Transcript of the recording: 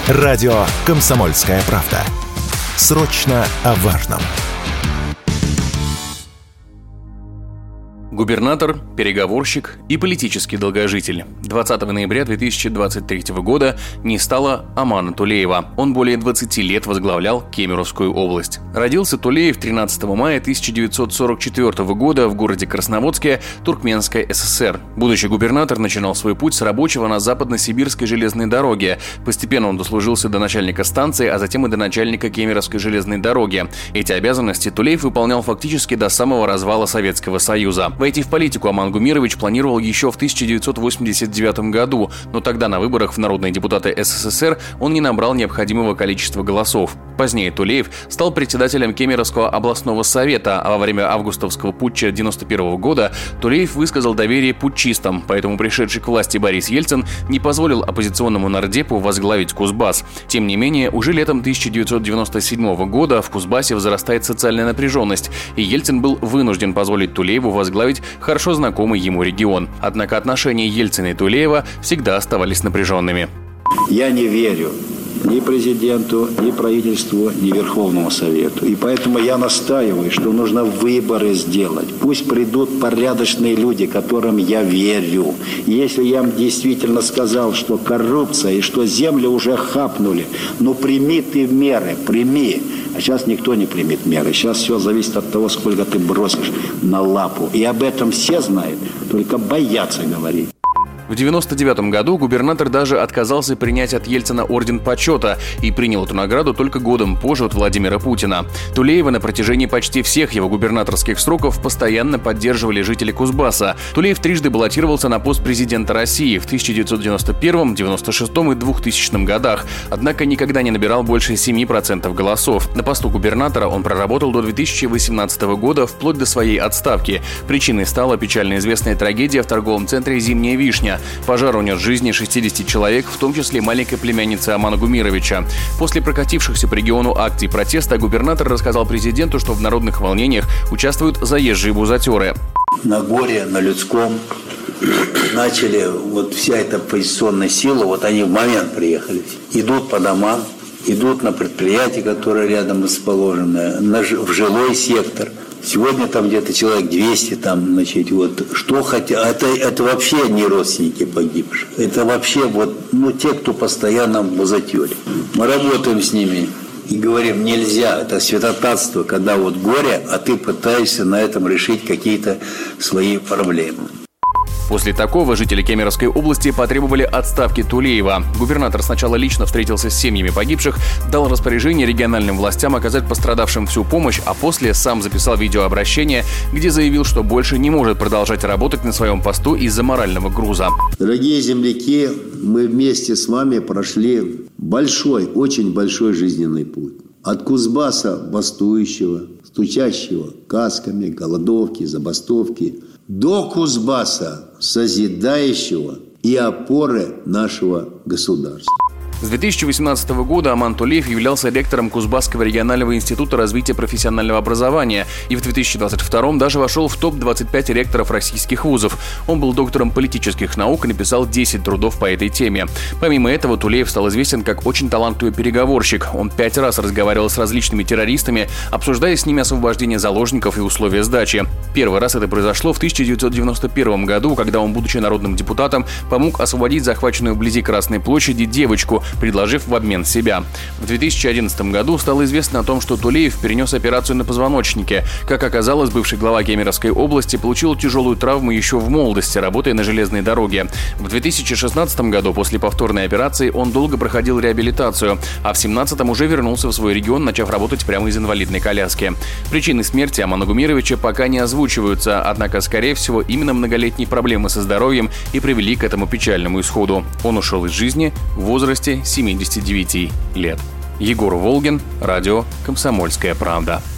Радио «Комсомольская правда». Срочно о важном. Губернатор, переговорщик и политический долгожитель. 20 ноября 2023 года не стало Амана Тулеева. Он более 20 лет возглавлял Кемеровскую область. Родился Тулеев 13 мая 1944 года в городе Красноводске, Туркменская ССР. Будущий губернатор начинал свой путь с рабочего на Западно-Сибирской железной дороге. Постепенно он дослужился до начальника станции, а затем и до начальника Кемеровской железной дороги. Эти обязанности Тулеев выполнял фактически до самого развала Советского Союза. Войти в политику Аман Гумирович планировал еще в 1989 году, но тогда на выборах в народные депутаты СССР он не набрал необходимого количества голосов. Позднее Тулеев стал председателем Кемеровского областного совета, а во время августовского путча 1991 года Тулеев высказал доверие путчистам, поэтому пришедший к власти Борис Ельцин не позволил оппозиционному нардепу возглавить Кузбасс. Тем не менее, уже летом 1997 года в Кузбассе возрастает социальная напряженность, и Ельцин был вынужден позволить Тулееву возглавить хорошо знакомый ему регион. Однако отношения Ельцина и Тулеева всегда оставались напряженными. Я не верю ни президенту, ни правительству, ни Верховному Совету. И поэтому я настаиваю, что нужно выборы сделать. Пусть придут порядочные люди, которым я верю. И если я им действительно сказал, что коррупция и что земли уже хапнули, ну прими ты меры, прими. А сейчас никто не примет меры. Сейчас все зависит от того, сколько ты бросишь на лапу. И об этом все знают, только боятся говорить. В 1999 году губернатор даже отказался принять от Ельцина орден почета и принял эту награду только годом позже от Владимира Путина. Тулеева на протяжении почти всех его губернаторских сроков постоянно поддерживали жители Кузбасса. Тулеев трижды баллотировался на пост президента России в 1991, 1996 и 2000 годах, однако никогда не набирал больше 7% голосов. На посту губернатора он проработал до 2018 года вплоть до своей отставки. Причиной стала печально известная трагедия в торговом центре «Зимняя вишня». Пожар унес жизни 60 человек, в том числе маленькой племянницы Амана Гумировича. После прокатившихся по региону акций протеста губернатор рассказал президенту, что в народных волнениях участвуют заезжие бузатеры. На горе, на людском начали вот вся эта оппозиционная сила, вот они в момент приехали. Идут по домам, идут на предприятия, которые рядом расположены, в жилой сектор. Сегодня там где-то человек 200, там, значит, вот, что хотят, это вообще не родственники погибших, это вообще вот, те, кто постоянно в бузатере. Мы работаем с ними и говорим, нельзя, это святотатство, когда вот горе, а ты пытаешься на этом решить какие-то свои проблемы. После такого жители Кемеровской области потребовали отставки Тулеева. Губернатор сначала лично встретился с семьями погибших, дал распоряжение региональным властям оказать пострадавшим всю помощь, а после сам записал видеообращение, где заявил, что больше не может продолжать работать на своем посту из-за морального груза. Дорогие земляки, мы вместе с вами прошли большой, очень большой жизненный путь. От Кузбасса бастующего, стучащего касками, голодовки, забастовки, до Кузбасса созидающего и опоры нашего государства. С 2018 года Аман Тулеев являлся ректором Кузбасского регионального института развития профессионального образования и в 2022 даже вошел в топ-25 ректоров российских вузов. Он был доктором политических наук и написал 10 трудов по этой теме. Помимо этого, Тулеев стал известен как очень талантливый переговорщик. Он 5 раз разговаривал с различными террористами, обсуждая с ними освобождение заложников и условия сдачи. Первый раз это произошло в 1991 году, когда он, будучи народным депутатом, помог освободить захваченную вблизи Красной площади девочку, предложив в обмен себя. В 2011 году стало известно о том, что Тулеев перенес операцию на позвоночнике. Как оказалось, бывший глава Кемеровской области получил тяжелую травму еще в молодости, работая на железной дороге. В 2016 году после повторной операции он долго проходил реабилитацию, а в 2017 уже вернулся в свой регион, начав работать прямо из инвалидной коляски. Причины смерти Амана Гумировича пока не озвучиваются, однако, скорее всего, именно многолетние проблемы со здоровьем и привели к этому печальному исходу. Он ушел из жизни в возрасте 79 лет. Егор Волгин, радио «Комсомольская правда».